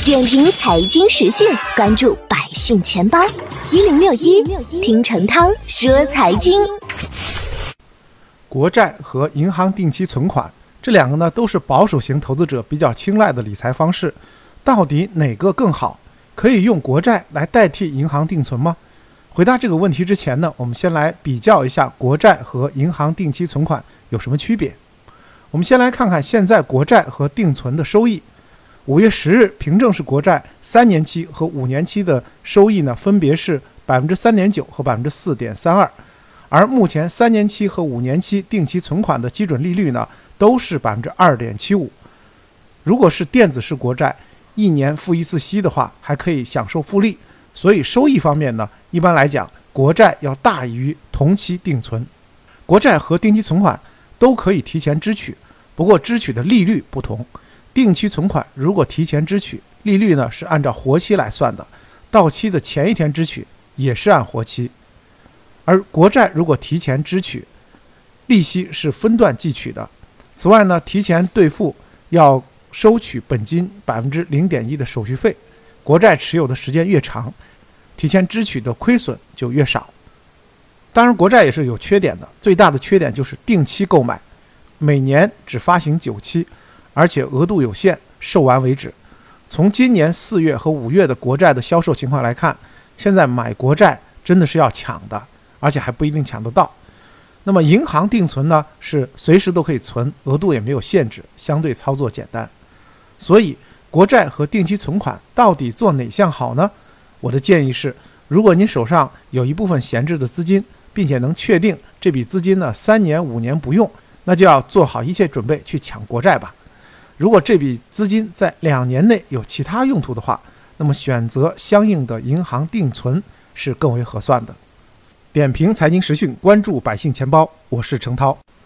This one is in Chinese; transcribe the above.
点评财经时讯，关注百姓钱包1061，听陈涛说财经。 国债和银行定期存款这两个呢，都是保守型投资者比较青睐的理财方式。到底哪个更好？可以用国债来代替银行定存吗？回答这个问题之前呢，我们先来比较一下国债和银行定期存款有什么区别。我们先来看看现在国债和定存的收益。5月10日，凭证式国债3年期和5年期的收益呢，分别是 3.9% 和 4.32%， 而目前3年期和5年期定期存款的基准利率呢，都是 2.75%。如果是电子式国债，1年付1次息的话，还可以享受复利，所以收益方面呢，一般来讲，国债要大于同期定存。国债和定期存款都可以提前支取，不过支取的利率不同。定期存款如果提前支取，利率呢是按照活期来算的，到期的前一天支取也是按活期。而国债如果提前支取，利息是分段计取的。此外呢，提前兑付要收取本金 0.1% 的手续费，国债持有的时间越长，提前支取的亏损就越少。当然国债也是有缺点的，最大的缺点就是定期购买，每年只发行9期，而且额度有限，售完为止。从今年4月和5月的国债的销售情况来看，现在买国债真的是要抢的，而且还不一定抢得到。那么银行定存呢，是随时都可以存，额度也没有限制，相对操作简单。所以国债和定期存款到底做哪项好呢？我的建议是，如果您手上有一部分闲置的资金，并且能确定这笔资金呢3年5年不用，那就要做好一切准备去抢国债吧。如果这笔资金在2年内有其他用途的话，那么选择相应的银行定存是更为合算的。点评财经时讯，关注百姓钱包，我是程涛。